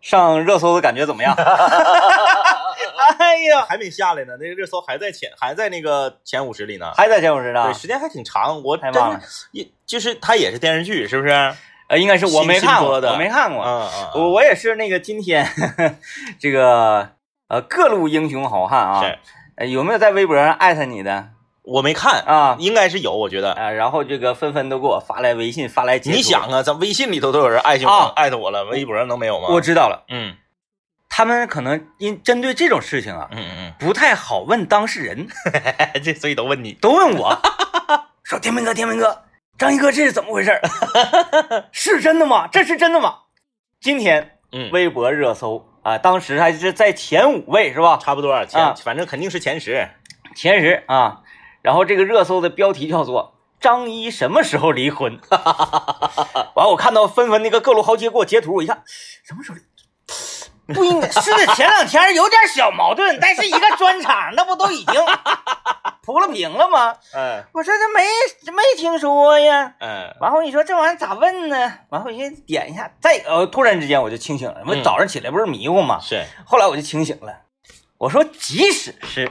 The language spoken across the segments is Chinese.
上热搜的感觉怎么样？哎呀， 还没下来呢，那个热搜还在那个前50里呢， 还在前50呢， 对，时间还挺长。我真的就是它也是电视剧，是不是？ 应该是我没看过， 我没看过。 我也是那个今天这个各路英雄好汉啊，有没有在微博上艾特你的？ 我没看啊， 应该是有，我觉得然后这个纷纷都给我发来微信，发来截图。 你想啊，咱微信里头都有人艾特我了，微博上能没有吗？ 我知道了， 他们可能针对这种事情啊，不太好问当事人， 所以都问你， 都问我，说天明哥，张一哥这是怎么回事？是真的吗？这是真的吗？今天微博热搜啊，当时还是在前5位是吧？ 差不多反正肯定是前10 啊。然后这个热搜的标题叫做张一什么时候离婚？完我看到纷纷那个各路豪杰给我截图，我一看什么时候不应该是前2天有点小矛盾，但是一个专场那不都已经铺了平了吗？我说这没听说呀。然后你说这玩意儿咋问呢？完后我先点一下，突然之间我就清醒了。我早上起来不是迷糊吗？ 是。 后来我就清醒了，我说即使是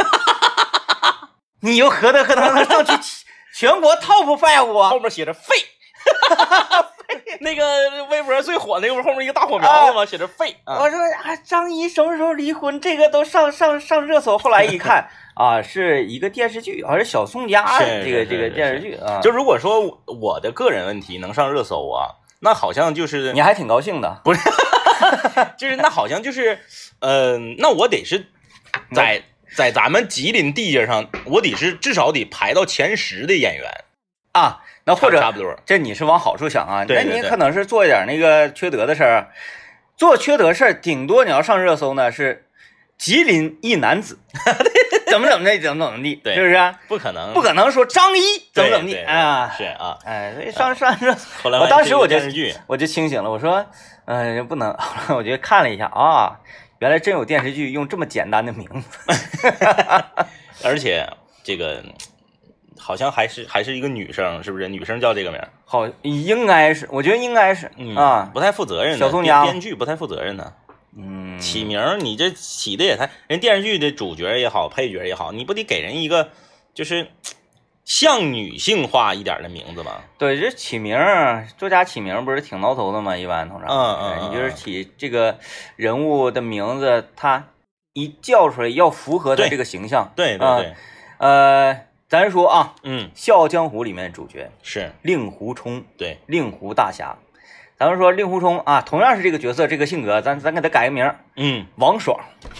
你又何德能上去全国 top 5啊？ 后面写着废。那个微博最火那个后面一个大火苗子嘛，写着废。 我说张一什么时候离婚？这个都上热搜。后来一看是一个电视剧，好像是小宋家这个电视剧啊。 就如果说我的个人问题能上热搜啊，那好像就是你还挺高兴的， 不是？就是那好像就是那我得是在咱们吉林地界上，我得是至少得排到前10的演员啊。那或者差不多， 这你是往好处想啊？ 对， 那你可能是做一点那个缺德的事儿，做缺德事儿，顶多你要上热搜呢是吉林一男子怎么地，是不是？ 不可能说张一怎么地啊？ 是啊， 所以上热搜。 后来我当时我就清醒了，我说不能，我就看了一下啊，原来真有电视剧用这么简单的名字， 而且这个。好像还是一个女生，是不是？女生叫这个名？ 好，应该是，我觉得应该是不太负责任的。 小宋家编剧不太负责任的。起名你这起的也太，人电视剧的主角也好，配角也好，你不得给人一个就是像女性化一点的名字吗？ 对，这起名作家起名不是挺挠头的吗？一般通常，你就是起这个人物的名字，他一叫出来要符合他这个形象。 对， 咱说啊， 《 笑傲江湖》里面的主角是令狐冲， 对， 令狐大侠。咱们说令狐冲啊，同样是这个角色，这个性格，咱给他改个名，王爽，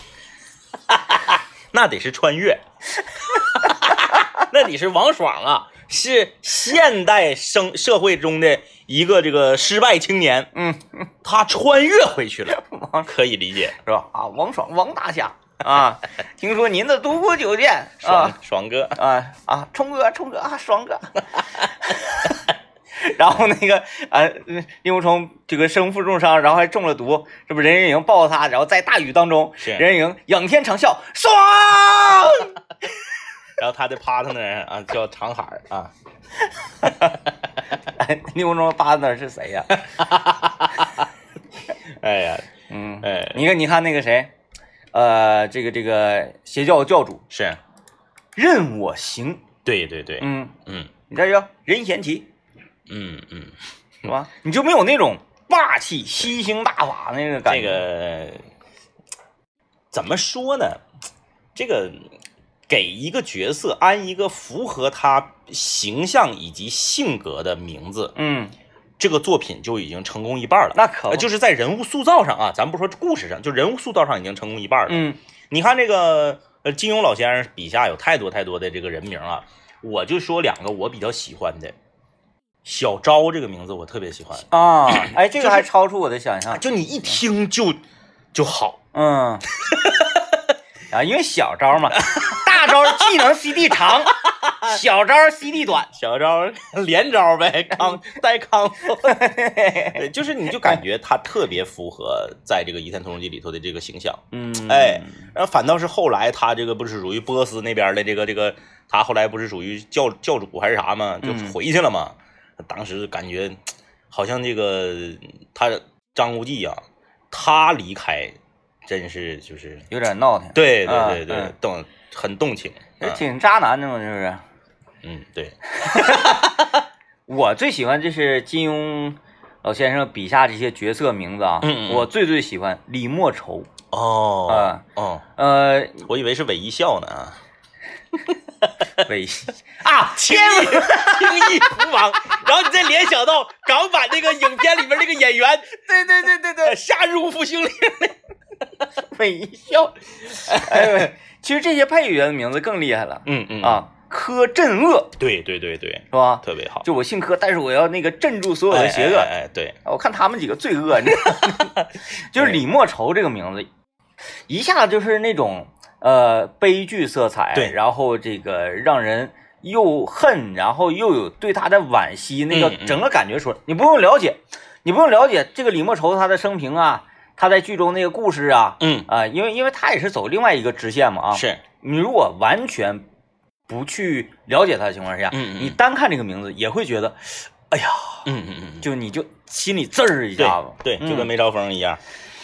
那得是穿越，那得是王爽啊，是现代社会中的一个这个失败青年，他穿越回去了，可以理解是吧？王爽，王大侠。听说您的独孤九剑， 爽哥冲哥爽哥，然后那个令狐冲这个身负重伤，然后还中了毒，这不任盈盈抱他，然后在大雨当中，任盈盈仰天长啸，爽， 然后他的 partner 叫长海令狐冲的 partner 是谁呀？ 哎呀， 你看那个谁。这个邪教教主是任我行， 对， 你这叫任贤齐，是吧？你就没有那种霸气、吸星大法那个感觉。 这个怎么说呢？这个给一个角色安一个符合他形象以及性格的名字，这个作品就已经成功一半了。 那可就是在人物塑造上啊，咱不说故事上，就人物塑造上已经成功一半了。你看这个金庸老先生笔下有太多的这个人名啊，我就说2个我比较喜欢的。小昭这个名字我特别喜欢这个还超出我的想象， 就你一听就好。 因为小招嘛，大招技能 CD 长，小招 CD 短， 小招连招呗，带康复。对，就是你就感觉他特别符合在这个《倚天屠龙记》里头的这个形象。然后反倒是后来他这个不是属于波斯那边的这个，他后来不是属于教主还是啥嘛，就回去了嘛。当时感觉好像这个他张无忌啊， 他离开真是就是有点闹腾。 对，很动情， 挺渣男的嘛，是不是？ 对。 我最喜欢就是金庸老先生笔下这些角色名字啊，我最喜欢李莫愁。 我以为是韦一笑呢啊。 韦啊， 轻易胡王，然后你再联想到港版那个影片里面那个演员， 对， 夏日五福星里韦一笑。哎，其实这些配角的名字更厉害了。柯镇恶， 对， 是吧？ 特别好。 就我姓柯，但是我要那个镇住所有的邪恶。 对， 我看他们几个最恶，就是李莫愁这个名字，一下就是那种悲剧色彩， 对， 然后这个让人又恨，然后又有对他的惋惜，那个整个感觉说，你不用了解这个李莫愁他的生平啊，他在剧中那个故事啊，因为他也是走另外一个支线嘛啊， 是你如果完全不去了解他的情况下，你单看这个名字也会觉得，哎呀，就你就心里滋儿一下子， 对，就跟梅超风一样。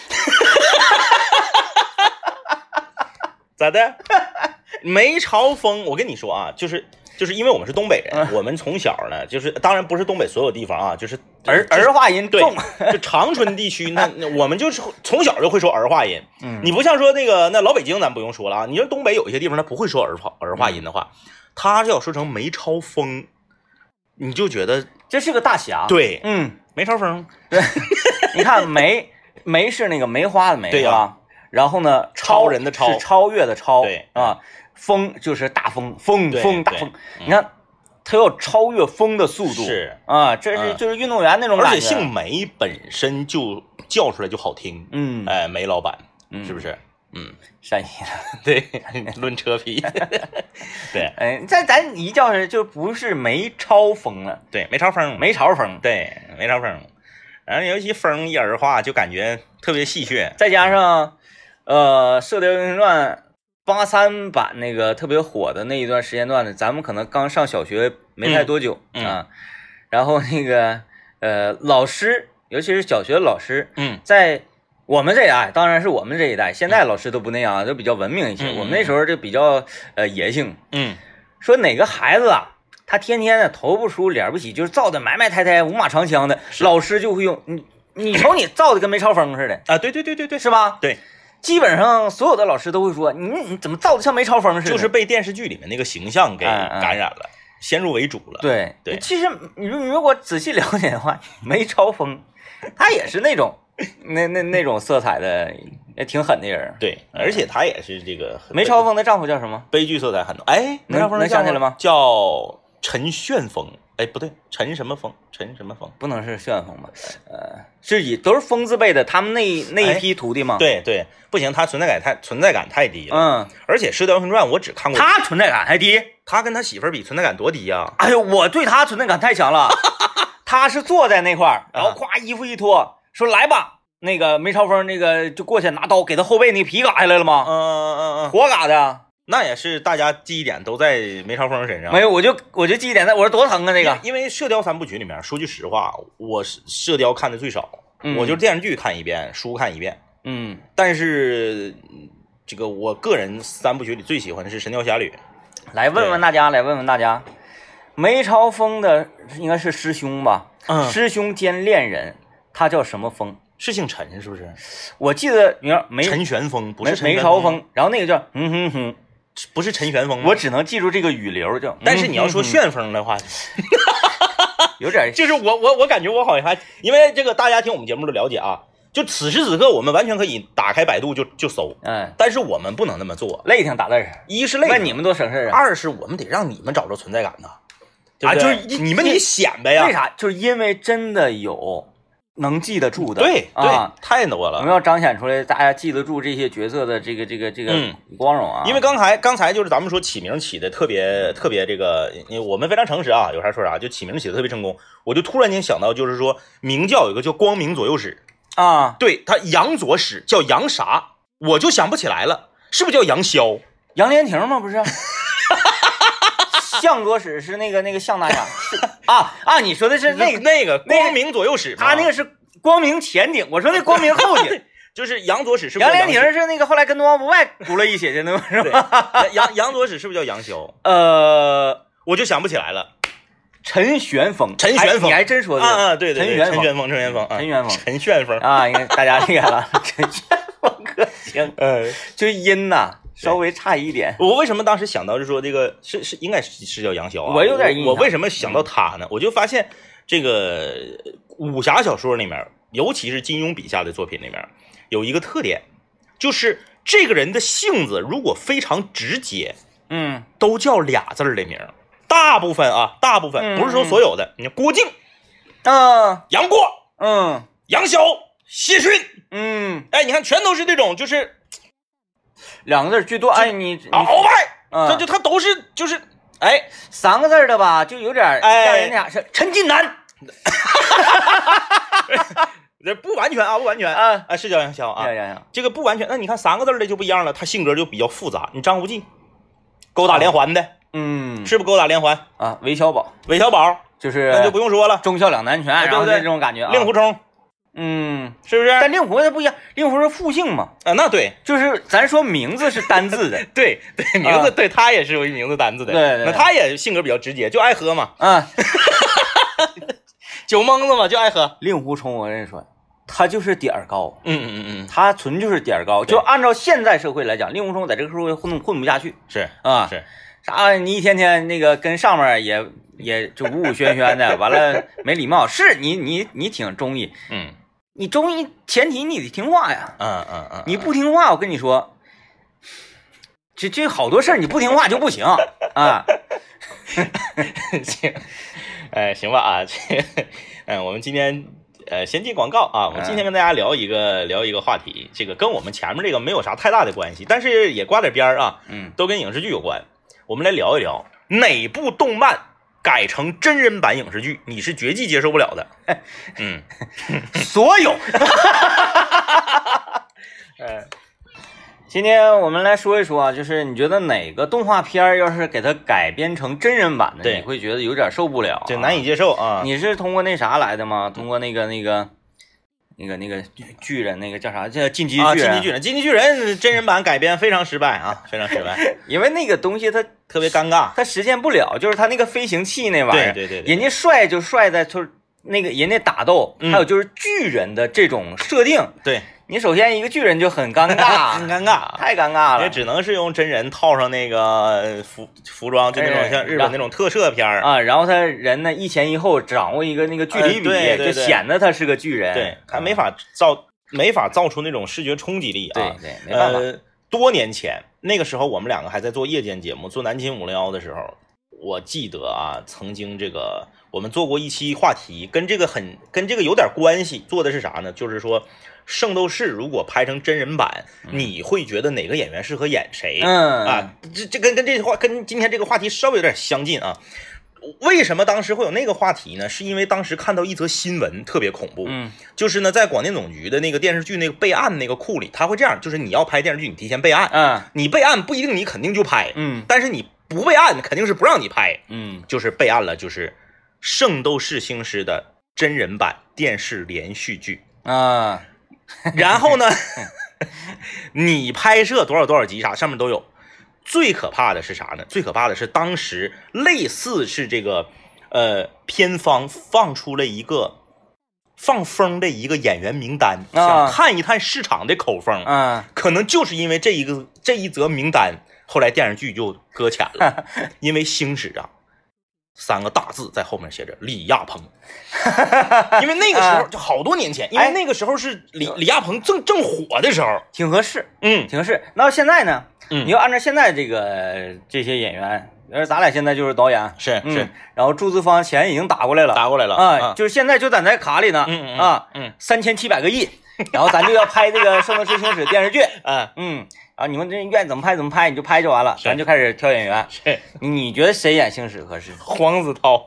咋的？梅超风，我跟你说啊，就是因为我们是东北人，我们从小呢，就是当然不是东北所有地方啊，就是儿化音重， 就长春地区，那我们就是从小就会说儿化音。你不像说那老北京，咱不用说了啊。你说东北有一些地方他不会说儿化音的话，他要说成梅超风，你就觉得这是个大侠。 对，梅超风。 对，你看梅是那个梅花的梅， 对吧？然后呢， 超人的超是超越的超， 对啊，风就是大风，风大风。你看，他要超越风的速度， 是啊，这是就是运动员那种感觉。 而且姓梅本身就叫出来就好听，梅老板，是不是？ 山西的， 对，论车皮，对， 咱一叫是就不是梅超风了， 对，梅超风，对，梅超风。然后尤其风一儿化，就感觉特别戏谑。 再加上，《射雕英雄传》83版那个特别火的那一段时间段呢，咱们可能刚上小学没太多久啊。然后那个老师，尤其是小学的老师，在我们这一代，当然是我们这一代，现在老师都不那样，都比较文明一些。我们那时候就比较野性，说哪个孩子啊。他天天的头不梳脸不洗，就是造的埋埋汰汰五马长枪的，老师就会用你瞅你造的跟梅超风似的啊，对， 是吧？ 对， 基本上所有的老师都会说你怎么造的像梅超风似的， 就是被电视剧里面那个形象给感染了，先入为主了。 对，其实你如果仔细了解的话，梅超风他也是那种那种色彩的，也挺狠的人。 对，而且他也是这个梅超风的丈夫叫什么？ 悲剧色彩很浓。哎，梅超风能想起来吗？ 叫陈旋风，哎，不对，陈什么风？ 不能是旋风吧？是都是风字辈的，他们那一批徒弟吗？ 对，不行，他存在感太低了。而且《射雕英雄传》我只看过， 他存在感还低， 他跟他媳妇儿比存在感多低呀！ 哎呦，我对他存在感太强了。他是坐在那块儿，然后咵衣服一脱，说来吧，那个梅超风那个就过去拿刀给他后背那个皮割下来了吗？活割的。 那也是大家记忆点都在梅超风身上。 没有，我就记忆点在，我说多疼啊那个。 因为射雕三部曲里面，说句实话，我是射雕看的最少，我就电视剧看一遍，书看一遍。但是这个我个人三部曲里最喜欢的是《神雕侠侣》。 来问问大家，梅超风的应该是师兄吧？师兄兼恋人，他叫什么风？ 是姓陈是不是？ 我记得你说陈玄风，不是梅超风，然后那个叫不是陈玄风吗？ 我只能记住这个语流就。 但是你要说旋风的话， 有点就是我感觉我好像还，因为这个大家听我们节目的了解啊，就此时此刻我们完全可以打开百度就搜，但是我们不能那么做， 累挺打字儿， 一是累， 那你们多省事啊； 二是我们得让你们找着存在感呐，就是你们得显摆呀。 为啥？就是因为真的有能记得住的， 对，太多了。 我们要彰显出来，大家记得住这些角色的这个光荣啊！ 因为刚才就是咱们说起名起的特别这个，我们非常诚实啊，有啥说啥，就起名起的特别成功。我就突然间想到，就是说明教有个叫光明左右史啊， 对，他杨左史叫杨啥，我就想不起来了，是不是叫杨逍？ 杨莲亭吗？不是。向左史是那个向大侠啊！你说的是那个光明左右史， 他那个是光明前顶，我说那光明后顶。 就是杨左使是不杨是连亭是那个后来跟东方不败鼓了一血去的吗？是吧？ 杨左使是不是叫杨逍？我就想不起来了。 陈玄风， 陈玄风， 你还真说对对对，陈玄风陈旋风啊，应该大家厉害了，陈旋风可行，就是音呐稍微差一点。 我为什么当时想到是说这个是应该是叫杨逍啊？ 我有点印象。 我为什么想到他呢？我就发现这个武侠小说里面，尤其是金庸笔下的作品里面，有一个特点，就是这个人的性子如果非常直接，都叫俩字的名。大部分不是说所有的，你看郭靖，杨过，杨逍、谢逊，哎，你看全都是这种，就是两个字居多。哎，你鳌拜，他都是就是哎三个字的吧，就有点让人家是陈近南， 这不完全啊，不完全啊，是叫杨逍啊，这个不完全。那你看三个字的就不一样了，他性格就比较复杂。你张无忌，勾打连环的。是不是勾打连环啊？韦小宝就是那就不用说了， 忠孝两难全，然后这种感觉啊。 令狐冲，是不是？ 但令狐它不一样，令狐是复姓嘛。 那对， 就是咱说名字是单字的， 对，名字对他也是有一名字单字的， 对， 那他也性格比较直接，就爱喝嘛，酒蒙子嘛，就爱喝。 令狐冲，我跟你说，他就是点儿高，他纯就是点儿高。就按照现在社会来讲，令狐冲在这个社会混不下去， 是。 啥？你一天天那个跟上面也就呜呜喧喧的，完了没礼貌。是你挺忠义，你忠义前提你得听话呀，你不听话，我跟你说，这好多事儿你不听话就不行啊。 行，行吧啊，我们今天先进广告啊，我们今天跟大家聊一个话题，这个跟我们前面这个没有啥太大的关系，但是也挂点边啊，都跟影视剧有关。我们来聊一聊哪部动漫改成真人版影视剧，你是绝技接受不了的。 所有。今天我们来说一说啊，就是你觉得哪个动画片要是给它改编成真人版的，你会觉得有点受不了， 就难以接受啊。 你是通过那啥来的吗？通过那个巨人，那个叫啥？叫进击巨人。 进击巨人真人版改编非常失败啊，非常失败。 因为那个东西它特别尴尬， 它实现不了，就是它那个飞行器那玩意儿。 对， 人家帅就帅在就是那个人家打斗，还有就是巨人的这种设定。 对， 你首先一个巨人就很尴尬， 很尴尬， 太尴尬了。 也只能是用真人套上那个服装，就那种像日本那种特摄片啊。然后他人呢一前一后掌握一个那个距离比，就显得他是个巨人。 对，他没法造出那种视觉冲击力啊。 对，没办法。 多年前那个时候，我们两个还在做夜间节目，做南秦501的时候，我记得啊，曾经这个我们做过一期话题，跟这个有点关系。做的是啥呢？就是说，圣斗士如果拍成真人版，你会觉得哪个演员适合演谁？这跟今天这个话题稍微有点相近啊。为什么当时会有那个话题呢？是因为当时看到一则新闻特别恐怖，就是呢，在广电总局的那个电视剧那个备案那个库里，他会这样，就是你要拍电视剧，你提前备案，你备案不一定你肯定就拍，但是你不备案肯定是不让你拍，就是备案了，就是《圣斗士星矢》的真人版电视连续剧啊， 然后呢，你拍摄多少集啥上面都有。最可怕的是啥呢？最可怕的是当时类似是这个片方放出了一个放风的一个演员名单，想探一探市场的口风，可能就是因为这一则名单，后来电视剧就搁浅了，因为星矢啊3个大字在后面写着李亚鹏，因为那个时候就好多年前，因为那个时候是李亚鹏正火的时候， 挺合适，挺合适。那现在呢？你要按照现在这些演员，咱俩现在就是导演， 是， 然后注资方钱已经打过来了啊，就是现在就在卡里呢，3700个亿，然后咱就要拍这个《圣斗士星矢》电视剧，然后你们这愿意怎么拍你就拍就完了，咱就开始挑演员。 是， 你觉得谁演星矢合适？ 黄子韬。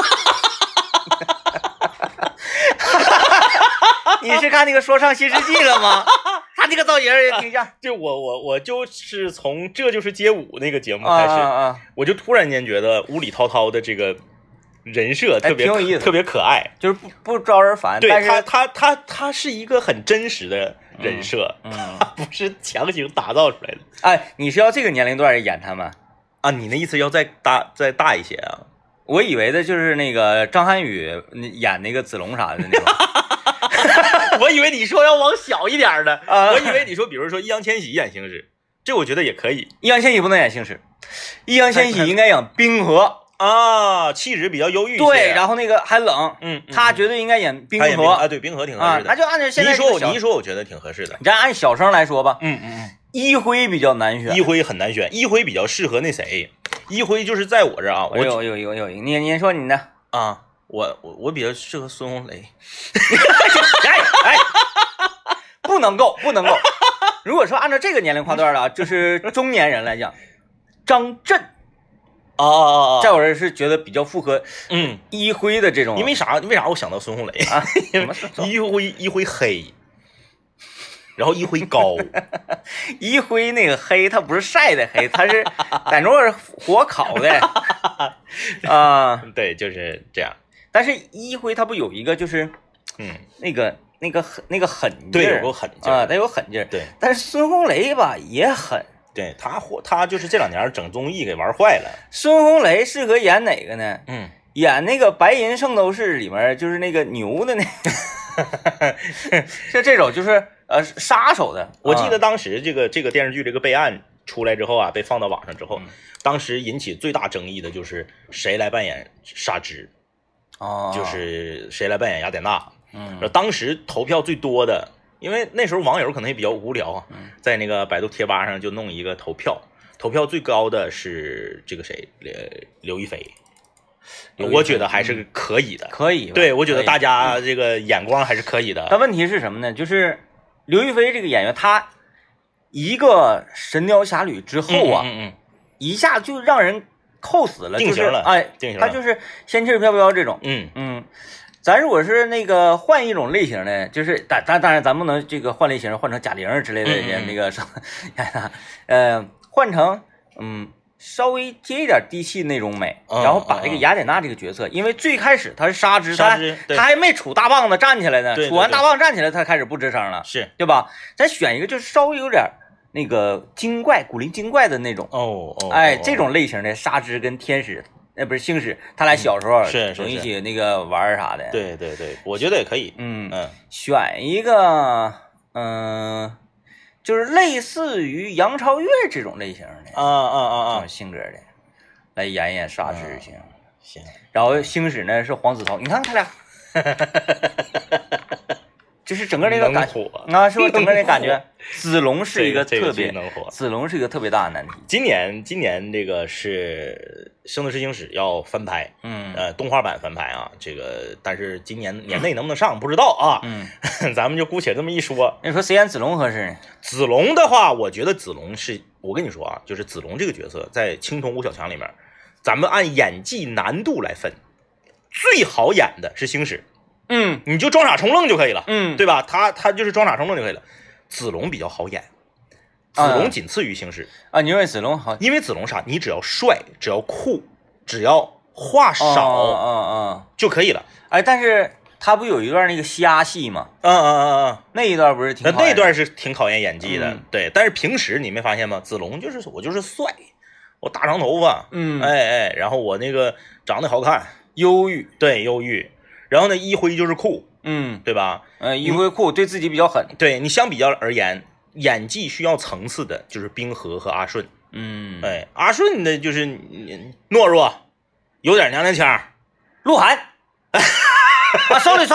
你是看那个《说唱新世纪》了吗？他这个造型也挺像。 就我就是从《这就是街舞》那个节目开始，我就突然间觉得无理滔滔的这个人设特别有意思，特别可爱， 就是不招人烦。 对，他是一个很真实的人设，不是强行打造出来的。 哎，你是要这个年龄段演他们啊？你那意思要再大一些啊？ 我以为的就是那个张涵予演那个子龙啥的那种。 我以为你说要往小一点的，我以为你说比如说易烊千玺演星矢，这我觉得也可以。 易烊千玺不能演星矢，易烊千玺应该演冰河啊，气质比较忧郁一些。 对，然后那个还冷，他绝对应该演冰河啊。对，冰河挺合适的。 那就按照现在你一说，我觉得挺合适的。 咱按小生来说吧，一辉比较难选， 一辉很难选，一辉比较适合那谁，一辉就是在我这啊，我有，你说你的啊，我比较适合孙红雷。 哎，不能够。如果说按照这个年龄跨段的，就是中年人来讲，张震在我这是觉得比较符合一辉的这种。 因为啥我想到孙红雷啊？ 一辉黑。然后一辉高， 一辉那个黑，他不是晒的黑，他是在那儿火烤的啊。 对，就是这样。 但是一辉他不有一个就是，那个狠劲， 对，有个狠劲啊，他有狠劲。 对， 但是孙红雷吧也狠， 对他就是这2年整综艺给玩坏了。 孙红雷适合演哪个呢？演那个《白银圣斗士》里面就是那个牛的那，是这种就是杀手的。 我记得当时这个电视剧这个备案出来之后啊，被放到网上之后，当时引起最大争议的就是谁来扮演沙织，就是谁来扮演雅典娜。当时投票最多的，因为那时候网友可能也比较无聊啊，在那个百度贴吧上就弄一个投票最高的是这个谁，刘亦菲。我觉得还是可以的， 可以。 对，我觉得大家这个眼光还是可以的。 但问题是什么呢？就是刘亦菲这个演员，她一个《神雕侠侣》之后啊，一下就让人扣死了， 定型了。 哎， 定型了。 她就是仙气飘飘这种。咱如果是那个换一种类型的，就是当然咱不能这个换类型，换成贾玲之类的那个换成稍微接一点地气那种美，然后把这个雅典娜这个角色，因为最开始她是沙织，她还没杵大棒子站起来呢，杵完大棒站起来，她开始不吱声了， 是对吧？咱选一个就是稍微有点那个精怪、古灵精怪的那种这种类型的沙织跟天使，不是星矢，他俩小时候总一起那个玩啥的， 对，我觉得也可以， 选一个就是类似于杨超越这种类型的这种性格的，来演沙织行。然后星矢呢是黄子韬，你看他俩，就是整个那个感觉啊，是不是整个那感觉？子龙是一个特别能火， 子龙是一个特别大的难题。 今年这个是《圣斗士星矢》要翻拍，动画版翻拍啊，这个但是今年年内能不能上不知道啊，咱们就姑且这么一说。 你说谁演子龙合适呢？ 子龙的话，我觉得子龙是，我跟你说啊，就是子龙这个角色在青铜五小强里面，咱们按演技难度来分，最好演的是星矢。你就装傻充愣就可以了，对吧？他就是装傻充愣就可以了。子龙比较好演，子龙仅次于星矢啊。你认为子龙好？ 因为子龙啥？你只要帅，只要酷，只要话少，就可以了。 哎，但是他不有一段那个瞎戏吗？那一段不是挺？ 那段是挺考验演技的，对。但是平时你没发现吗？子龙就是我就是帅，我大长头发，然后我那个长得好看， 忧郁， 对，忧郁。然后呢，一辉就是酷，对吧？ 一辉酷，对自己比较狠。 对你相比较而言，演技需要层次的，就是冰河和阿顺。阿顺的就是懦弱，有点娘娘腔。 鹿晗，sorry。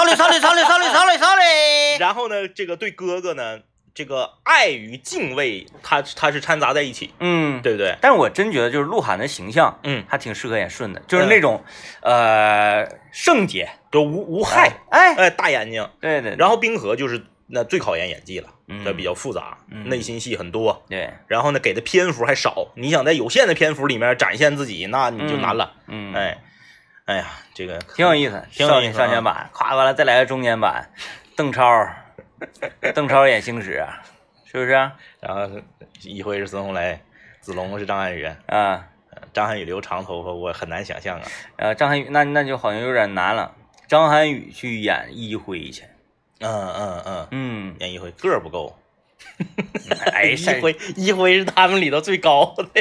然后呢，这个对哥哥呢，这个爱与敬畏，他是掺杂在一起，对不对？ 但是我真觉得就是鹿晗的形象，还挺适合演顺的，就是那种圣洁， 就无害，大眼睛， 对。 然后冰河就是那最考验演技了，它比较复杂，内心戏很多， 对。 然后呢，给的篇幅还少，你想在有限的篇幅里面展现自己，那你就难了，哎呀，这个挺有意思，少女少年版，夸完了再来个中年版，邓超演星矢，是不是？ 然后一辉是孙红雷，子龙是张涵予啊。 张涵予留长头发，我很难想象啊。 张涵予那就好像有点难了。张涵予去演一辉去， 演一辉个儿不够。 哎， 一辉是他们里头最高的。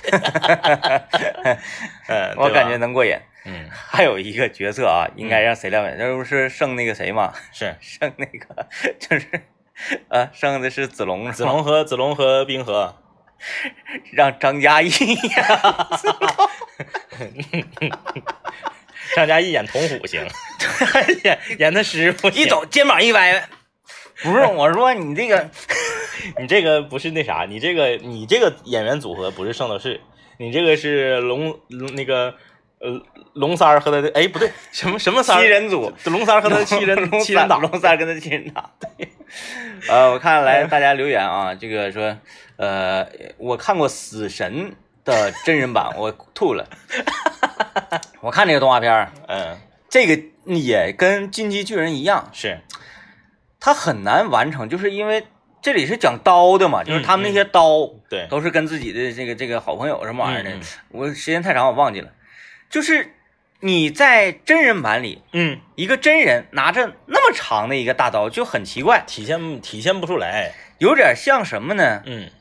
我感觉能过瘾。 还有一个角色啊，应该让谁亮眼？这不是剩那个谁吗？ 是剩那个，就是剩的是子龙和冰河， 让张嘉译张嘉译演童虎行，演他师傅， 一走肩膀一歪。不是，我说你这个， 你这个不是那啥，你这个演员组合不是圣斗士，你这个是龙三儿和他的不对，什么三儿？ 七人组， 龙三儿和他的七人党， 龙三儿跟他七人党。对，我看来大家留言啊，这个说，我看过《死神》的真人版，我吐了。我看这个动画片，这个也跟进击巨人一样， 是。 他很难完成，就是因为这里是讲刀的嘛，就是他们那些刀， 对， 都是跟自己的这个好朋友什么玩意儿的。我时间太长，我忘记了。就是你在真人版里，一个真人拿着那么长的一个大刀，就很奇怪， 体现不出来， 有点像什么呢？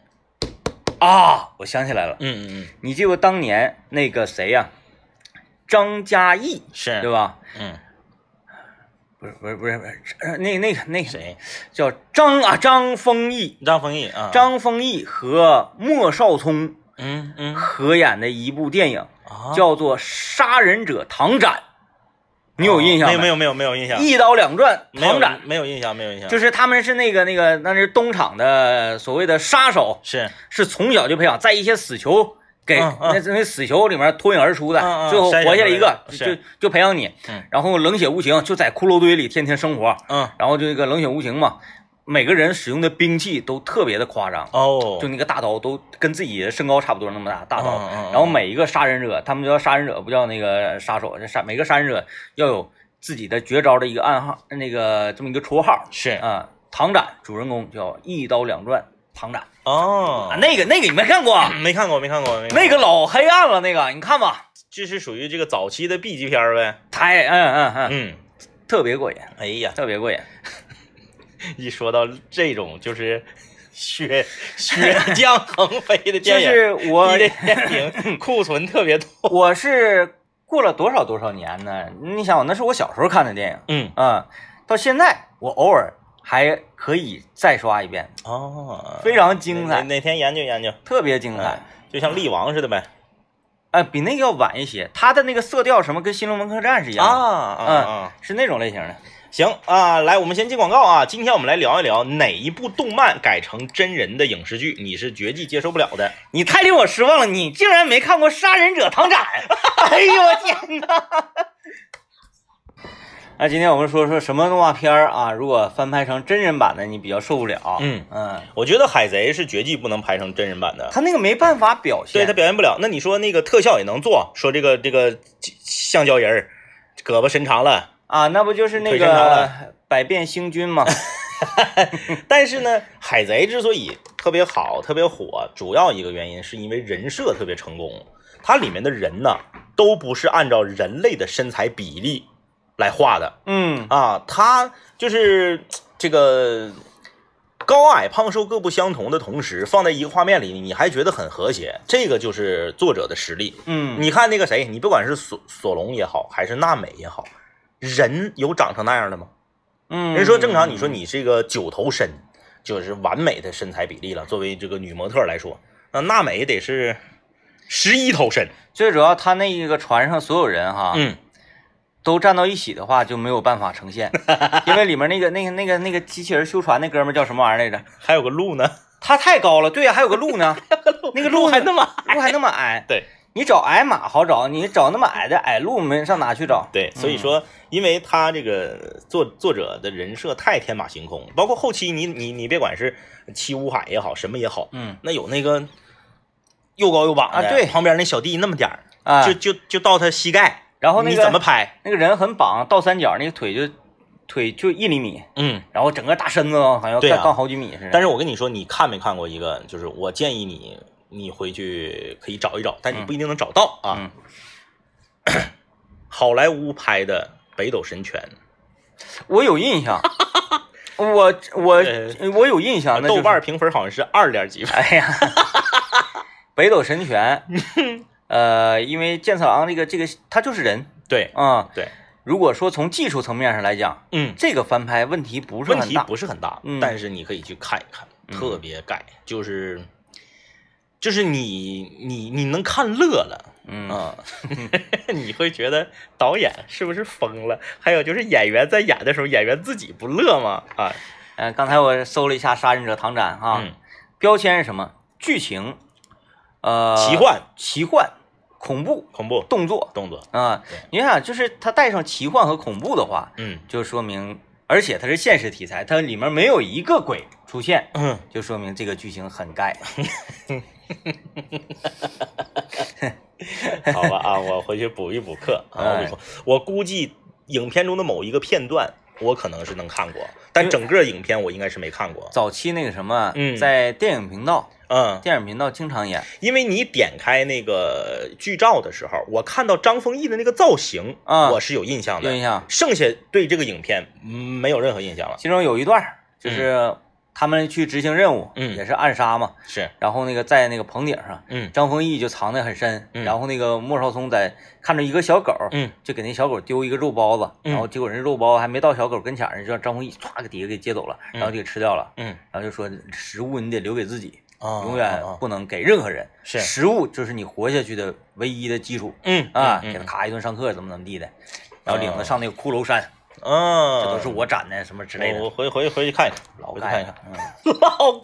我想起来了，你记得当年那个谁呀？张嘉译是对吧？不是，那个谁叫张丰毅啊，张丰毅和莫少聪合演的一部电影，叫做《杀人者唐斩》，你有印象没有印象。 一刀两断，唐斩没有印象。 就是他们是那个那是东厂的所谓的杀手，是从小就培养，在一些死囚。给那死囚里面脱颖而出的，最后活下来一个，就培养你，然后冷血无情，就在骷髅堆里天天生活，然后就这个冷血无情嘛，每个人使用的兵器都特别的夸张就那个大刀都跟自己的身高差不多那么大刀，然后每一个杀人者，他们叫杀人者，不叫那个杀手，每个杀人者要有自己的绝招的一个暗号，那个这么一个绰号，唐斩主人公叫一刀两断唐斩。那个你没看过？ 没看过。 那个老黑暗了，那个你看吧， 这是属于这个早期的 B 级片呗。 特别过瘾。 哎呀， 特别过瘾。 一说到这种就是血浆横飞的电影， 就是我电影库存特别多。 我是过了多少年呢？你想，那是我小时候看的电影。到现在我偶尔还可以再刷一遍非常精彩。 哪天研究， 特别精彩， 就像力王似的呗。 比那个要晚一些，它的那个色调什么跟《新龙门客栈》是一样的是那种类型的。 行啊，来，我们先进广告啊。今天我们来聊一聊哪一部动漫改成真人的影视剧，你是绝技接受不了的。 你太令我失望了，你竟然没看过《杀人者唐斩》！哎呦我天哪！那今天我们说什么动画片啊？如果翻拍成真人版的，你比较受不了。 我觉得海贼是绝技不能拍成真人版的， 他那个没办法表现， 对他表现不了。那你说那个特效也能做，说这个橡胶人胳膊伸长了啊，那不就是那个百变星君吗？ 但是呢，海贼之所以特别好、特别火，主要一个原因是因为人设特别成功。它里面的人呢，都不是按照人类的身材比例来画的，他就是这个高矮胖瘦各不相同的同时，放在一个画面里，你还觉得很和谐，这个就是作者的实力。你看那个谁，你不管是索隆也好，还是娜美也好，人有长成那样的吗？人说正常，你说你是一个9头身，就是完美的身材比例了。作为这个女模特来说，那娜美得是11头身。 最主要，他那个船上所有人哈，都站到一起的话就没有办法呈现，因为里面那个机器人修船那哥们叫什么玩意儿来着？ 还有个鹿呢， 他太高了。对呀，还有个鹿呢，那个鹿还那么矮。 对， 你找矮马好找，你找那么矮的矮鹿没上哪去找？ 对，所以说，因为他这个作者的人设太天马行空，包括后期你别管是七武海也好，什么也好，那有那个又高又膀的， 对， 旁边那小弟那么点儿就到他膝盖。然后你怎么拍？ 那个人很绑，倒三角，那个腿就1厘米，然后整个大身子好像杠好几米似的。 但是我跟你说，你看没看过一个？就是我建议你回去可以找一找，但你不一定能找到啊。好莱坞拍的《北斗神拳》， 我有印象， 我有印象， 豆瓣评分好像是2点几分。 哎呀，北斗神拳，因为剑次郎这个他就是人， 对，对。 如果说从技术层面上来讲，这个翻拍问题不是很大，但是你可以去看一看，特别盖，就是你能看乐了，你会觉得导演是不是疯了？还有就是演员在演的时候，演员自己不乐吗？ 刚才我搜了一下《杀人者唐展》哈，标签是什么？剧情，奇幻。恐怖、动作啊，你看，就是它带上奇幻和恐怖的话，就说明，而且它是现实题材，它里面没有一个鬼出现，就说明这个剧情很盖。 好吧啊，我回去补一补课啊，我估计影片中的某一个片段，我可能是能看过，但整个影片我应该是没看过。 早期那个什么，在电影频道。电影频道经常演， 因为你点开那个剧照的时候，我看到张丰毅的那个造型，我是有印象的， 有印象。 剩下对这个影片没有任何印象了。 其中有一段就是他们去执行任务，也是暗杀嘛， 是。 然后那个在那个棚顶上，张丰毅就藏得很深，然后那个莫少聪在看着一个小狗，就给那小狗丢一个肉包子，然后结果人肉包还没到小狗跟前儿，就让张丰毅唰给底下给接走了，然后就给吃掉了，然后就说食物你得留给自己。永远不能给任何人， 是食物就是你活下去的唯一的基础。给他咔一顿上课，怎么地的，然后领他上那个骷髅山，这都是我展的什么之类的。 我回去看一看， 老看一看， 老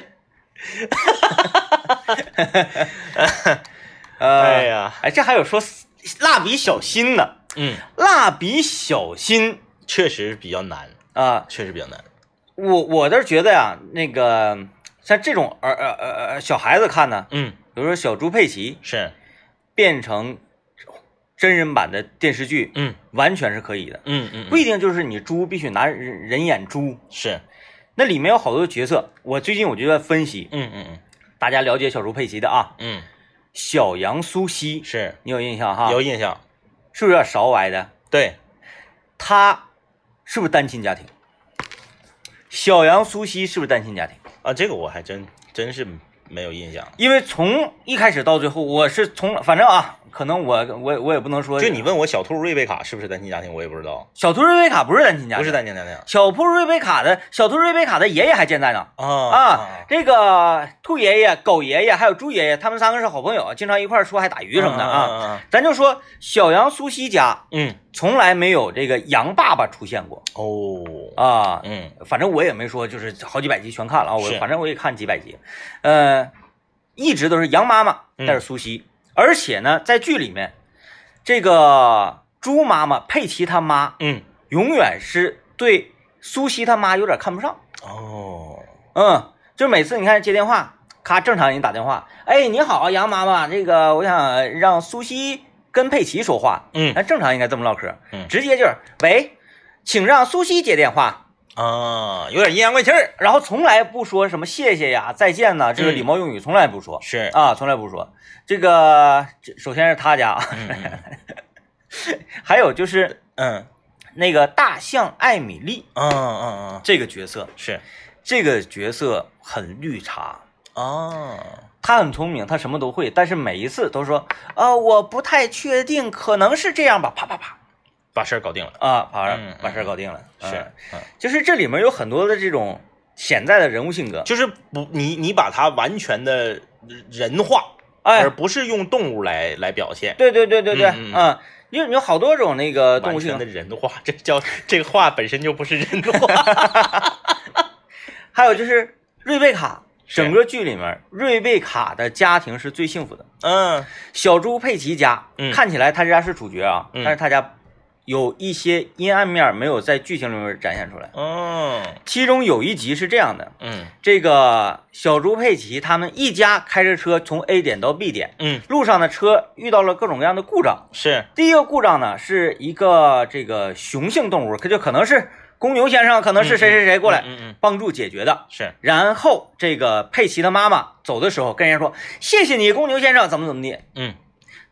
看。哎呀， 这还有说蜡笔小新呢。蜡笔小新确实比较难啊， 确实比较难。 我倒是觉得呀，那个。像这种小孩子看呢，比如说小猪佩奇是变成真人版的电视剧，完全是可以的，不一定就是你猪必须拿人演猪， 是， 那里面有好多角色，我最近就在分析，大家了解小猪佩奇的啊，小羊苏西是你有印象哈？ 有印象， 是不是有点勺歪的？ 对， 他是不是单亲家庭？小羊苏西是不是单亲家庭？ 这个我还真是没有印象， 因为从一开始到最后，我是反正可能我也不能说， 就你问我小兔瑞贝卡是不是单亲家庭，我也不知道。 小兔瑞贝卡不是单亲家庭， 不是单亲家庭。 小兔瑞贝卡的爷爷还健在呢。这个兔爷爷、狗爷爷还有猪爷爷，他们3个是好朋友，经常一块说还打鱼什么的啊。咱就说小羊苏西家，从来没有这个羊爸爸出现过。反正我也没说就是好几百集全看了啊，反正我也看几百集，一直都是羊妈妈带着苏西。而且呢，在剧里面，这个猪妈妈佩奇他妈，永远是对苏西他妈有点看不上。就是每次你看接电话，咔正常人打电话，你好，杨妈妈，这个我想让苏西跟佩奇说话，正常应该这么唠嗑，直接就是喂，请让苏西接电话。 有点阴阳怪气儿， 然后从来不说什么谢谢呀、再见呐，这个礼貌用语从来不说， 是从来不说。这个首先是他家，还有就是那个大象艾米丽，这个角色是这个角色很绿茶他很聪明，他什么都会，但是每一次都说我不太确定，可能是这样吧，啪啪啪。 把事儿搞定了把事儿搞定了， 是， 就是这里面有很多的这种潜在的人物性格， 就是你把它完全的人化，而不是用动物来表现。 对，因为有好多种那个动物性的人化，这个话本身就不是人化。 还有就是瑞贝卡，整个剧里面瑞贝卡的家庭是最幸福的。小猪佩奇家，看起来他家是主角啊，但是他家有一些阴暗面没有在剧情里面展现出来。其中有一集是这样的，这个小猪佩奇他们一家开着车从 A 点到 B 点，路上的车遇到了各种各样的故障。 是， 第一个故障呢是一个这个雄性动物，可能是公牛先生，可能是谁过来帮助解决的。 是， 然后这个佩奇的妈妈走的时候跟人家说谢谢你公牛先生，怎么地。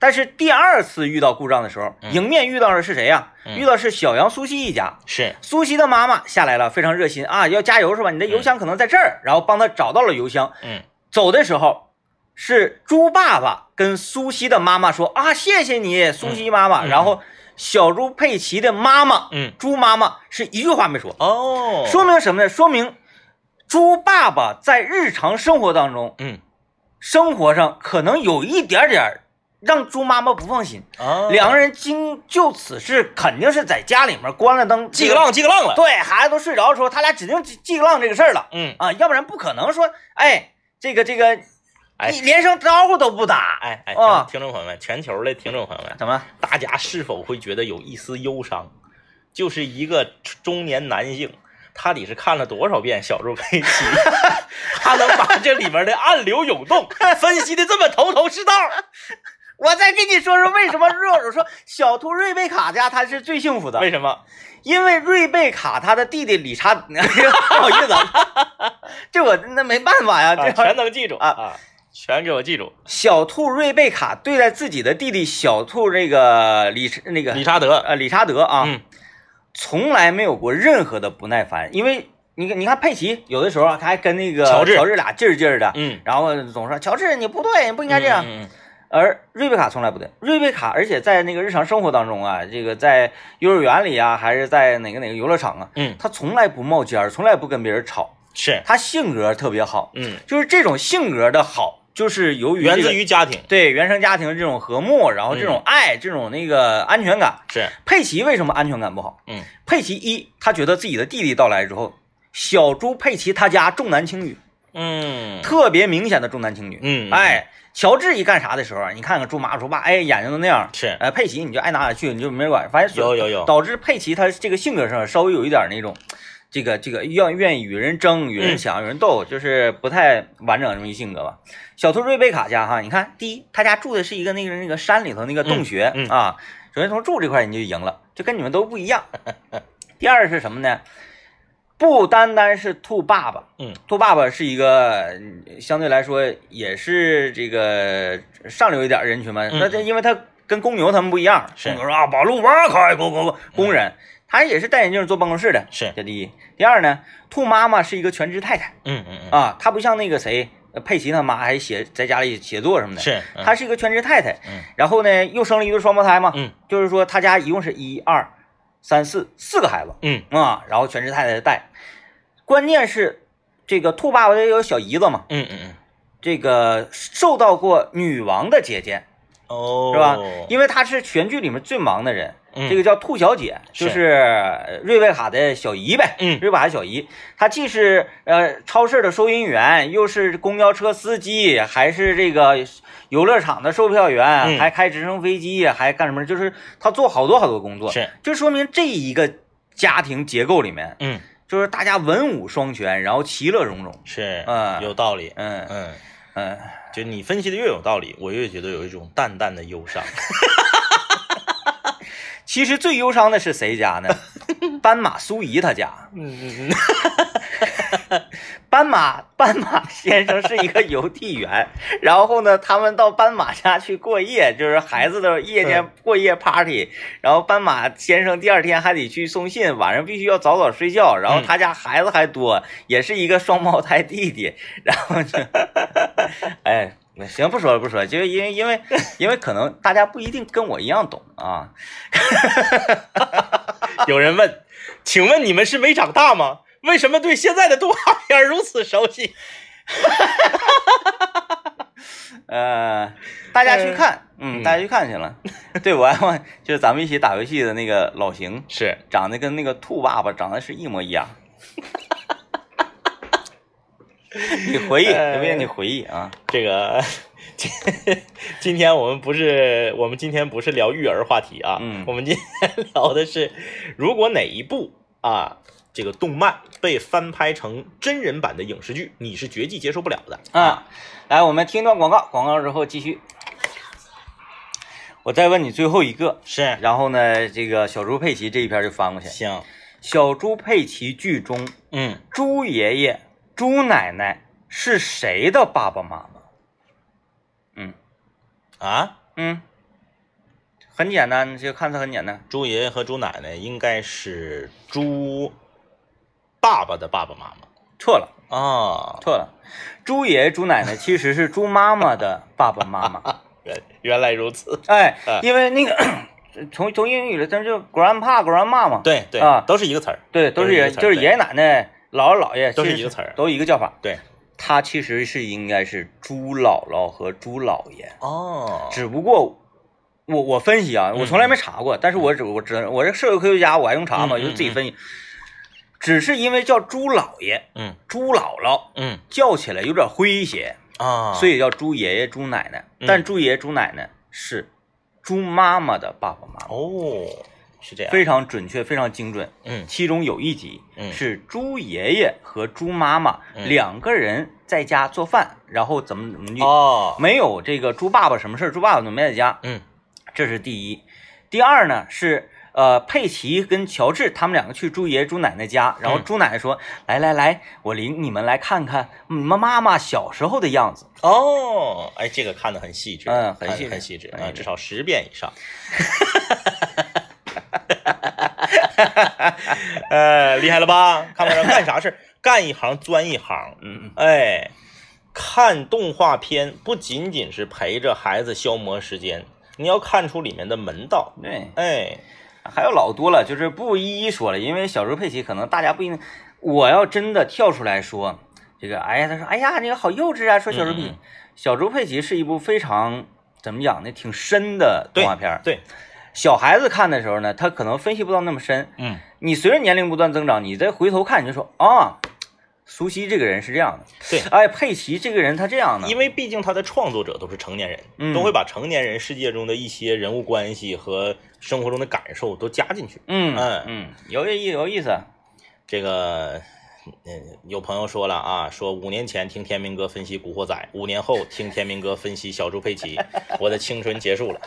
但是第2次遇到故障的时候，迎面遇到的是谁呀？遇到是小杨苏西一家。 是苏西的妈妈下来了，非常热心啊，要加油是吧？你的油箱可能在这儿，然后帮他找到了油箱。走的时候是猪爸爸跟苏西的妈妈说啊，谢谢你，苏西妈妈。然后小猪佩奇的妈妈，猪妈妈是一句话没说。 哦， 说明什么呢？说明猪爸爸在日常生活当中，生活上可能有一点点让猪妈妈不放心。两个人就此事肯定是在家里面关了灯， 记个浪了。 对，孩子都睡着的时候，他俩指定记个浪这个事儿了。要不然不可能说，这个，你连声招呼都不打。 听众朋友们，全球的听众朋友们， 怎么？ 大家是否会觉得有一丝忧伤？就是一个中年男性，他得是看了多少遍小猪佩奇，他能把这里面的暗流涌动分析的这么头是道。 我再跟你说说为什么我说小兔瑞贝卡家他是最幸福的。 为什么？ 因为瑞贝卡他的弟弟理查，不好意思，这我那没办法呀，这全能记住啊，全给我记住。 小兔瑞贝卡对待自己的弟弟小兔这个理查德啊，从来没有过任何的不耐烦，因为你看佩奇有的时候他还跟那个乔治俩劲儿的，然后总说乔治你不对，你不应该这样。而瑞贝卡从来不对，瑞贝卡而且在那个日常生活当中啊，这个在幼儿园里啊，还是在哪个游乐场啊，他从来不冒尖儿，从来不跟别人吵， 是他性格特别好，就是这种性格的好，就是由于源自于家庭， 对原生家庭这种和睦，然后这种爱，这种那个安全感。 是佩奇为什么安全感不好？佩奇他觉得自己的弟弟到来之后，小猪佩奇他家重男轻女，特别明显的重男轻女，乔治一干啥的时候，你看看猪妈猪爸，眼睛都那样。 是， 佩奇你就爱哪哪去，你就没人管。发现有， 导致佩奇他这个性格上稍微有一点那种，这个愿意与人争、与人抢、与人斗，就是不太完整这么一性格吧。小兔瑞贝卡家哈，你看，第一，他家住的是一个那个山里头那个洞穴啊，首先从住这块你就赢了，就跟你们都不一样。第二是什么呢？不单单是兔爸爸，兔爸爸是一个相对来说也是这个上流一点人群嘛，那因为他跟公牛他们不一样，公牛说啊把路挖开，工人，他也是戴眼镜坐办公室的， 是这第一。第二呢，兔妈妈是一个全职太太，他不像那个谁佩奇他妈还在家里写作什么的， 是， 他是一个全职太太，然后呢又生了一对双胞胎嘛，就是说他家一共是1、2、3、4个孩子，然后全职太太带。关键是这个兔爸爸有小姨子嘛，这个受到过女王的接见，是吧？因为她是全剧里面最忙的人，这个叫兔小姐，就是瑞贝卡的小姨呗，瑞贝卡小姨，她既是超市的收银员，又是公交车司机，还是这个游乐场的售票员，还开直升飞机，还干什么？就是她做好多工作， 是， 就说明这一个家庭结构里面，就是大家文武双全，然后其乐融融， 是，有道理，就你分析的越有道理，我越觉得有一种淡淡的忧伤。 其实最忧伤的是谁家呢？斑马苏怡他家。斑马先生是一个邮递员，然后呢，他们到斑马家去过夜，就是孩子的夜间过夜 party，然后斑马先生第二天还得去送信，晚上必须要早睡觉，然后他家孩子还多，也是一个双胞胎弟弟，然后就，行，不说了，就是因为可能大家不一定跟我一样懂啊。 有人问，请问你们是没长大吗？为什么对现在的动画片如此熟悉？ 大家去看，大家去看去了。对，我还忘，就是咱们一起打游戏的那个老邢， 是长得跟那个兔爸爸长得是一模一样。你回忆，有没有你回忆啊？ 这个今天我们今天不是聊育儿话题啊，我们今天聊的是，如果哪一部啊这个动漫被翻拍成真人版的影视剧，你是绝技接受不了的啊。来，我们听段广告之后继续。我再问你最后一个， 是， 然后呢，这个小猪佩奇这一篇就翻过去。 行， 小猪佩奇剧中，猪爷爷、猪奶奶是谁的爸爸妈妈？ 很简单，这个看似很简单。 猪爷爷和猪奶奶应该是猪爸爸的爸爸妈妈。 错了啊， 错了，猪爷爷猪奶奶其实是猪妈妈的爸爸妈妈。 原来如此。 哎，因为那个从英语里，它就 grandpa grandma 嘛。 对对啊， 都是一个词儿。 对，都是就是爷爷奶奶、姥姥姥爷都是一个词儿， 都一个叫法。 对， 它其实是应该是猪姥姥和猪姥爷。 哦， 只不过我分析啊，我从来没查过，但是我这社会科学家，我还用查吗？就自己分析。只是因为叫猪姥爷，猪姥姥，叫起来有点诙谐啊， 所以叫猪爷爷、猪奶奶。但猪爷爷、猪奶奶是猪妈妈的爸爸妈妈。 哦，是这样， 非常准确，非常精准。其中有一集是猪爷爷和猪妈妈两个人在家做饭，然后怎么哦， 没有这个猪爸爸什么事，猪爸爸都没在家。这是第一。第二呢是。佩奇跟乔治他们两个去猪爷爷猪奶奶家，然后猪奶奶说：“来，我领你们来看看你们妈妈小时候的样子。” 哦，哎，这个看得很细致，很细致啊，至少10遍以上。厉害了吧？看不着干啥事，干一行钻一行。哎，看动画片不仅仅是陪着孩子消磨时间，你要看出里面的门道。 对， 哎。 还有老多了，就是不一一说了，因为小猪佩奇可能大家不一定。我要真的跳出来说这个，哎呀，他说，哎呀，你个好幼稚啊！说小猪佩奇，小猪佩奇是一部非常怎么讲呢，挺深的动画片。 对， 小孩子看的时候呢，他可能分析不到那么深。你随着年龄不断增长，你再回头看，你就说啊。苏西这个人是这样的， 对， 哎，佩奇这个人他这样的， 因为毕竟他的创作者都是成年人，都会把成年人世界中的一些人物关系和生活中的感受都加进去。有意思。 这个，有朋友说了啊，说5年前听天明哥分析《古惑仔》，5年后听天明哥分析小猪佩奇，我的青春结束了。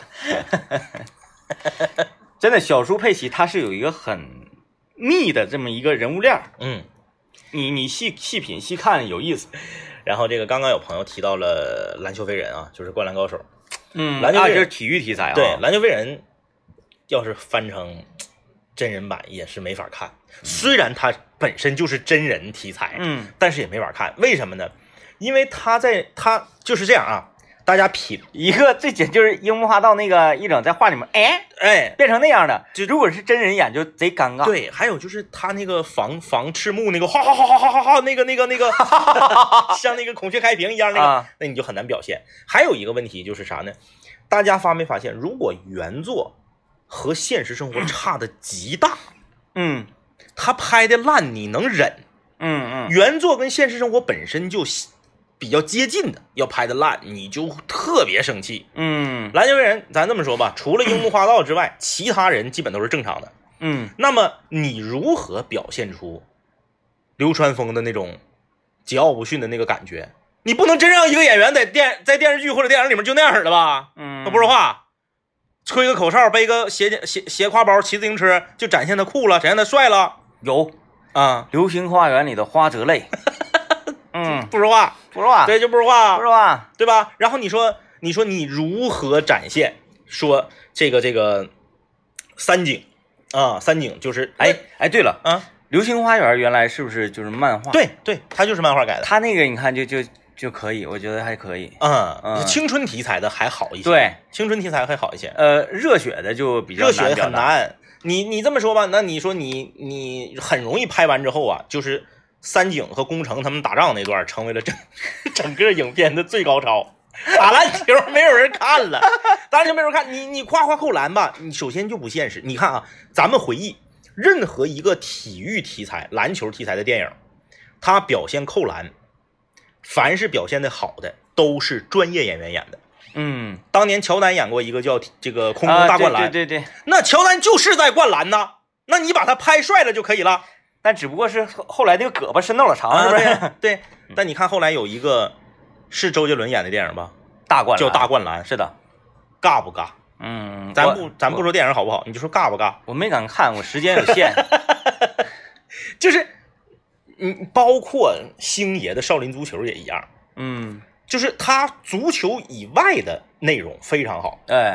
真的，小猪佩奇他是有一个很密的这么一个人物链。你细品细看有意思。 然后这个刚刚有朋友提到了篮球飞人啊，就是灌篮高手。 篮球飞人就是体育题材啊。 对，篮球飞人要是翻成真人版也是没法看，虽然它本身就是真人题材，但是也没法看。为什么呢？因为他就是这样啊。大家品一个最简就是樱木花道那个一整在画里面，哎，变成那样的，就如果是真人演就贼尴尬。 对，还有就是他那个防赤木那个哈那个像那个孔雀开屏一样那个，那你就很难表现。还有一个问题就是啥呢？大家发没发现，如果原作和现实生活差的极大，他拍的烂你能忍，原作跟现实生活本身就比较接近的，要拍的烂你就特别生气。篮球飞人咱这么说吧，除了樱木花道之外，其他人基本都是正常的。那么你如何表现出流川枫的那种桀骜不驯的那个感觉？你不能真让一个演员在电视剧或者电影里面就那样式的吧？他不说话，吹个口哨，背个斜挎包，骑自行车，就展现他酷了，展现他帅了。 有啊， 流星花园里的花泽类。 不说话，对，就不说话，对吧？然后你说你如何展现？说这个三井啊，三井就是哎，对了啊，流星花园原来是不是就是漫画？ 对，它就是漫画改的。 它那个你看就可以，我觉得还可以。 青春题材的还好一些。 对， 青春题材还好一些。 热血的就比较热血很难。你这么说吧，那你说你很容易拍完之后啊，就是三井和宫城他们打仗那段成为了整个影片的最高潮。打篮球没有人看了，打篮球没有人看，你夸扣篮吧，你首先就不现实。你看啊，咱们回忆任何一个体育题材、篮球题材的电影，它表现扣篮，凡是表现的好的都是专业演员演的。当年乔丹演过一个叫这个空中大灌篮， 对， 那乔丹就是在灌篮呐，那你把他拍帅了就可以了。 但只不过是后来那个胳膊伸到了长，是不是？ 对。但你看后来有一个是周杰伦演的电影吧，叫大灌篮， 是的， 尬不尬？咱不说电影好不好，你就说尬不尬？ 我没敢看，我时间有限。 就是包括星爷的少林足球也一样，就是他足球以外的内容非常好。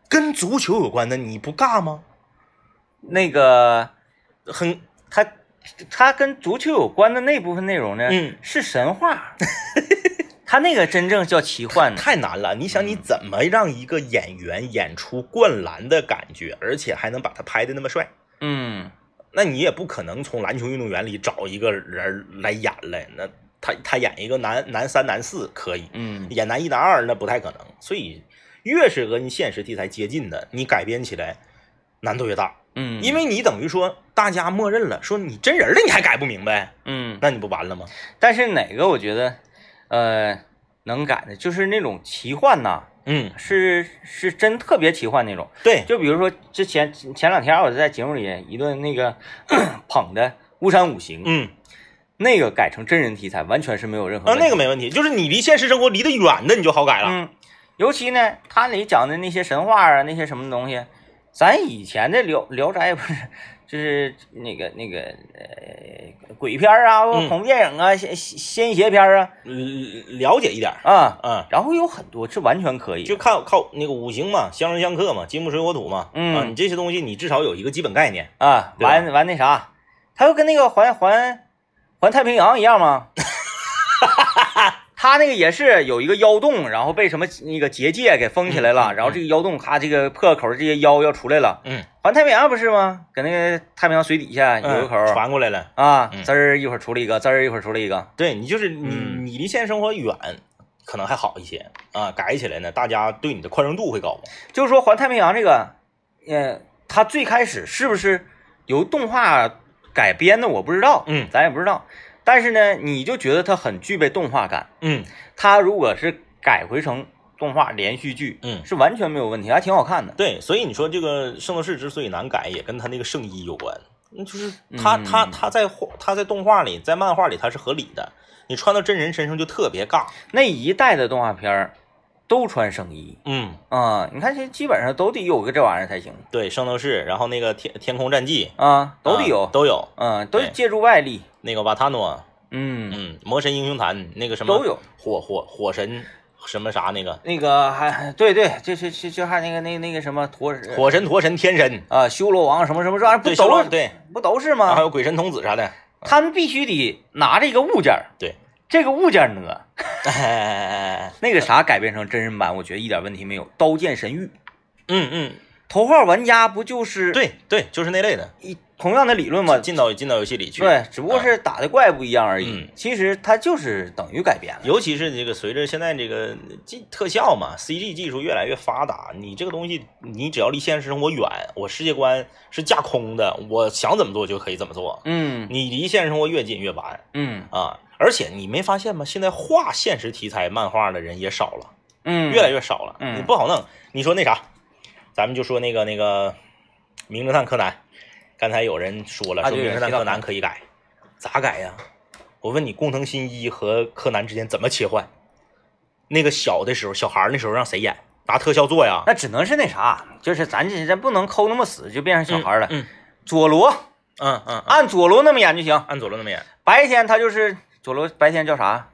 跟足球有关的你不尬吗？ 那个很它跟足球有关的那部分内容呢，是神话。它那个真正叫奇幻， 太难了。你想，你怎么让一个演员演出灌篮的感觉，而且还能把他拍的那么帅？那你也不可能从篮球运动员里找一个人来演来。那他演一个男三男四可以，演男一男二那不太可能。所以越是跟现实题材接近的，你改编起来难度越大。因为你等于说大家默认了，说你真人了你还改不明白，那你不完了吗？ 但是哪个我觉得能改的，就是那种奇幻呐，是真特别奇幻那种。 对， 就比如说前两天我在节目里一顿那个捧的《巫山五行》，那个改成真人题材完全是没有任何问题。 那个没问题，就是你离现实生活离得远的你就好改了。 尤其呢，他里讲的那些神话啊，那些什么东西，咱以前的聊斋不是，就是那个鬼片啊，恐怖电影啊，仙邪片啊， 了解一点啊，然后有很多是完全可以， 就靠那个五行嘛，相生相克嘛，金木水火土嘛，你这些东西你至少有一个基本概念啊。完那啥，他又跟那个环太平洋一样吗？他那个也是有一个妖洞，然后被什么那个结界给封起来了，然后这个妖洞咔这个破口，这些妖要出来了。环太平洋不是吗？搁那个太平洋水底下有一口传过来了啊，滋儿一会儿出了一个，滋儿一会儿出了一个。 对，你就是你离现实生活远，可能还好一些啊，改起来呢，大家对你的宽容度会高。 就是说环太平洋这个，它最开始是不是由动画改编的，我不知道，咱也不知道。但是呢，你就觉得它很具备动画感，它如果是改回成动画连续剧，是完全没有问题，还挺好看的。 对，所以你说这个《圣斗士》之所以难改，也跟他那个圣衣有关，就是他在动画里，在漫画里他是合理的，你穿到真人身上就特别尬。 那一代的动画片都穿圣衣，你看这基本上都得有个这玩意儿才行。 对，圣斗士，然后那个天空战记都得有， 都有， 都是借助外力。 那个瓦塔诺，魔神英雄坛那个什么都有， 火神什么啥那个还对，就还那个什么火神陀神天神啊，修罗王什么这玩意儿不都是吗？ 还有鬼神童子啥的， 他们必须得拿着一个物件， 对， 这个物件呢，那个啥改编成真人版，我觉得一点问题没有。刀剑神域，头号玩家不就是对，就是那类的， 同样的理论嘛， 进到游戏里去， 对，只不过是打的怪不一样而已。其实它就是等于改编了。 尤其是这个随着现在这个特效嘛 ，CG 技术越来越发达，你这个东西你只要离现实生活远，我世界观是架空的，我想怎么做就可以怎么做。你离现实生活越近越完。而且你没发现吗？现在画现实题材漫画的人也少了，越来越少了。你不好弄。你说那啥，咱们就说那个名侦探柯南。刚才有人说了，说名侦探柯南可以改，咋改呀？我问你，工藤新一和柯南之间怎么切换？那个小的时候，小孩那时候让谁演？拿特效做呀？ 那只能是那啥，就是咱不能抠那么死，就变成小孩了。佐罗，按佐罗那么演就行， 按佐罗那么演。 白天他就是佐罗，白天叫啥？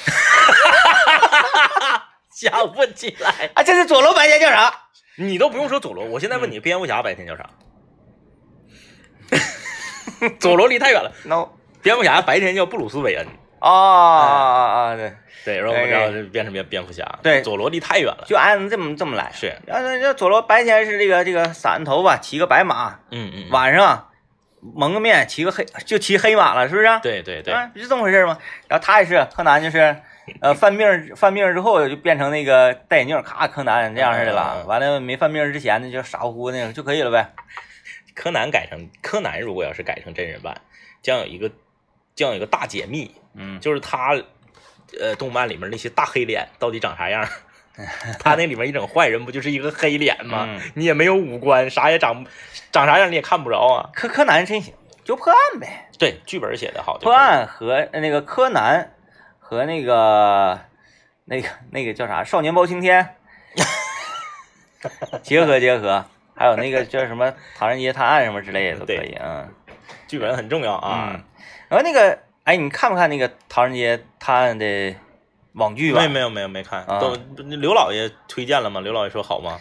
想不起来啊！这是佐罗白天叫啥？ 你都不用说佐罗，我现在问你，蝙蝠侠白天叫啥？佐罗离太远了。 No， 蝙蝠侠白天叫布鲁斯韦恩。对，然后我们要变成蝙蝠侠。 对， 佐罗离太远了， 就按这么来。 是， 要佐罗白天是这个散头发，骑个白马。晚上蒙个面，骑黑马了，是不是？ 对， 是这么回事吗？然后他也是柯南，就是犯病之后就变成那个戴眼镜，咔，柯南这样似的了。完了没犯病之前呢，就傻乎乎那种就可以了呗。 柯南如果要是改成真人版，将有一个大解密，就是他动漫里面那些大黑脸到底长啥样？他那里面一整坏人不就是一个黑脸吗？你也没有五官，啥也长啥样你也看不着啊。 柯南真行，就破案呗。 对，剧本写的好。 破案和那个柯南和那个叫啥少年包青天结合。还有那个叫什么《唐人街探案》什么之类的都可以。 剧本很重要啊。 然后那个，你看不看那个《唐人街探案》的网剧吧？ 没看。都刘老爷推荐了吗？刘老爷说好吗？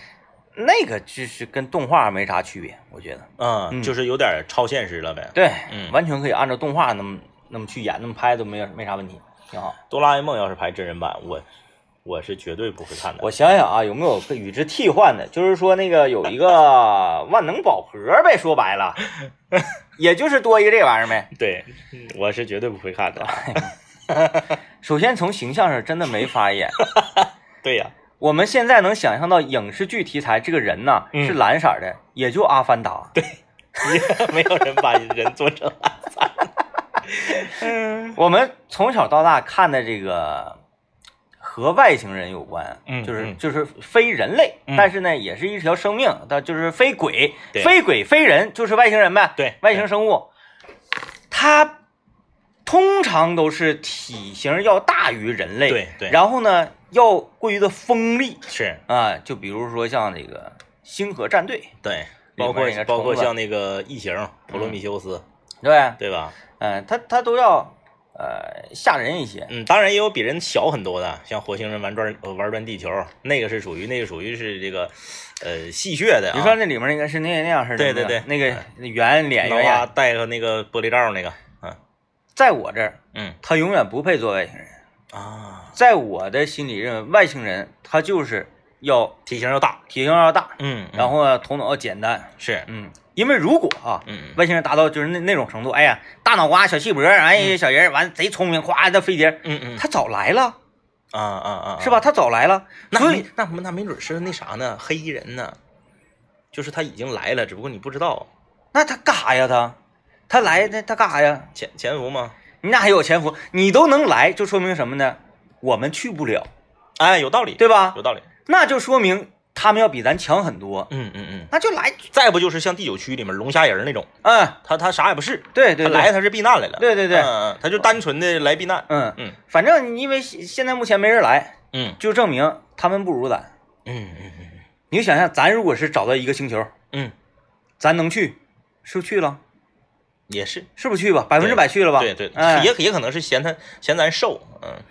那个就是跟动画没啥区别，我觉得。 就是有点超现实了呗。 对，完全可以按照动画那么去演，那么拍都没啥问题，挺好。 哆啦 A 梦要是拍真人版，我是绝对不会看的。 我想想啊，有没有与之替换的？就是说那个有一个万能宝盒呗，说白了，也就是多一个这玩意儿呗。 对，我是绝对不会看的。 首先从形象上真的没法演。 对呀， 我们现在能想象到影视剧题材这个人呢是蓝色的，也就阿凡达。 对，没有人把人做成阿凡达。 我们从小到大看的这个和外星人有关，就是非人类，但是呢也是一条生命，它就是非鬼，非人就是外星人呗。 对， 外星生物，它通常都是体型要大于人类， 对， 然后呢要过于的锋利， 是啊，就比如说像这个星河战队， 对，包括像那个异形普罗米修斯，对吧？ 他都要吓人一些。 当然也有比人小很多的，像火星人玩转地球，那个属于是这个戏谑的。 你说那里面那个是那样式的， 对， 那个圆脸圆眼戴个那个玻璃罩那个， 在我这儿，他永远不配做外星人啊。 在我的心里认为，外星人他就是要体型要大， 然后呢头脑要简单， 是， 因为如果外星人达到就是那种程度，哎呀，大脑瓜小细脖，哎，小人完贼聪明，哗的飞碟，他早来了，是吧？他早来了，所以那没准是那啥呢，黑衣人呢，就是他已经来了，只不过你不知道。 那他干啥呀？他来的他干啥呀？ 潜伏吗？ 你那还有潜伏，你都能来，就说明什么呢？我们去不了， 哎，有道理， 对吧？ 有道理， 那就说明他们要比咱强很多。那就来， 再不就是像第9区里面龙虾人那种，他啥也不是， 对， 他来他是避难来了， 对， 他就单纯的来避难， 反正因为现在目前没人来，就证明他们不如咱，你就想象咱如果是找到一个星球，咱能去，是不是去了？ 也是不是去吧？100%去了吧？ 对，也可能是嫌咱瘦，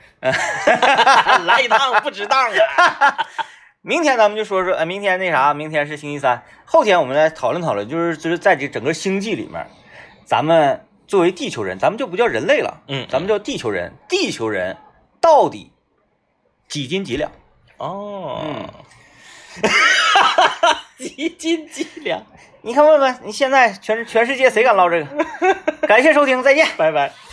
来一趟不值当啊。 明天咱们就说，明天那啥，明天是星期三，后天我们来讨论，就是在这整个星际里面，咱们作为地球人，咱们就不叫人类了，咱们叫地球人。地球人到底几斤几两？ 几斤几两？ 你看问问，你现在全世界谁敢唠这个？感谢收听，再见， 拜拜。